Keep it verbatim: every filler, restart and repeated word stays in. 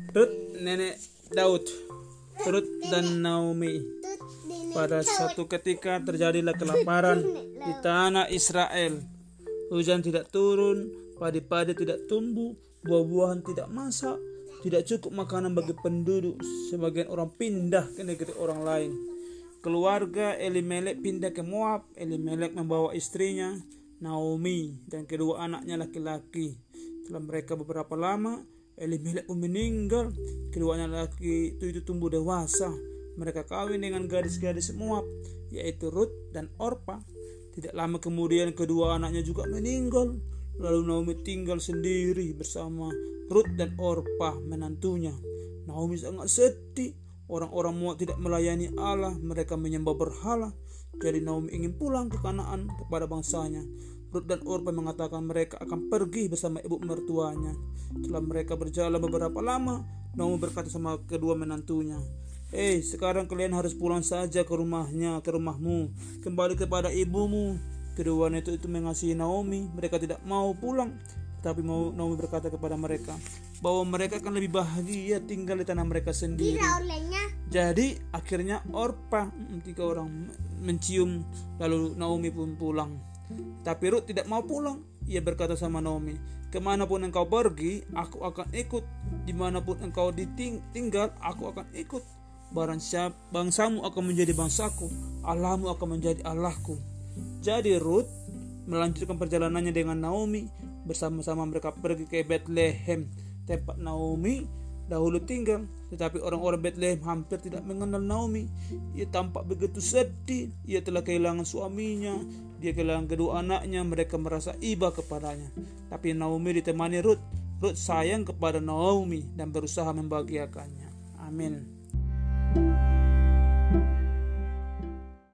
Rut nenek Daud, Rut dan Naomi. Pada suatu ketika terjadilah kelaparan di tanah Israel. Hujan tidak turun, padi-padi tidak tumbuh, buah-buahan tidak masak, tidak cukup makanan bagi penduduk. Sebagian orang pindah ke negeri orang lain. Keluarga Elimelek pindah ke Moab. Elimelek membawa istrinya Naomi dan kedua anaknya laki-laki. Setelah mereka beberapa lama, Elimelek pun meninggal. Kedua anak laki itu, itu tumbuh dewasa. Mereka kawin dengan gadis-gadis Moab, yaitu Rut dan Orpa. Tidak lama kemudian kedua anaknya juga meninggal. Lalu Naomi tinggal sendiri bersama Rut dan Orpa menantunya. Naomi sangat sedih. Orang-orang Moab tidak melayani Allah, mereka menyembah berhala. Jadi Naomi ingin pulang ke Kanaan kepada bangsanya. Rut dan Orpa mengatakan mereka akan pergi bersama ibu mertuanya. Setelah mereka berjalan beberapa lama, Naomi berkata sama kedua menantunya, "Eh, hey, sekarang kalian harus pulang saja ke rumahnya, ke rumahmu, kembali kepada ibumu." Kedua itu itu mengasihi Naomi. Mereka tidak mau pulang, tapi mau Naomi berkata kepada mereka bahwa mereka akan lebih bahagia tinggal di tanah mereka sendiri. Jadi akhirnya Orpa tiga orang mencium, lalu Naomi pun pulang. Tapi Rut tidak mau pulang. Ia berkata sama Naomi, "Kemanapun engkau pergi, aku akan ikut. Dimanapun engkau ditinggal, aku akan ikut. Barang siapa bangsamu akan menjadi bangsaku, Allahmu akan menjadi Allahku." Jadi Rut melanjutkan perjalanannya dengan Naomi. Bersama-sama mereka pergi ke Bethlehem, tempat Naomi dahulu tinggal. Tetapi orang-orang Bethlehem hampir tidak mengenal Naomi. Ia tampak begitu sedih. Ia telah kehilangan suaminya, dia kehilangan kedua anaknya. Mereka merasa iba kepadanya. Tapi Naomi ditemani Rut. Rut sayang kepada Naomi dan berusaha membahagiakannya. Amin.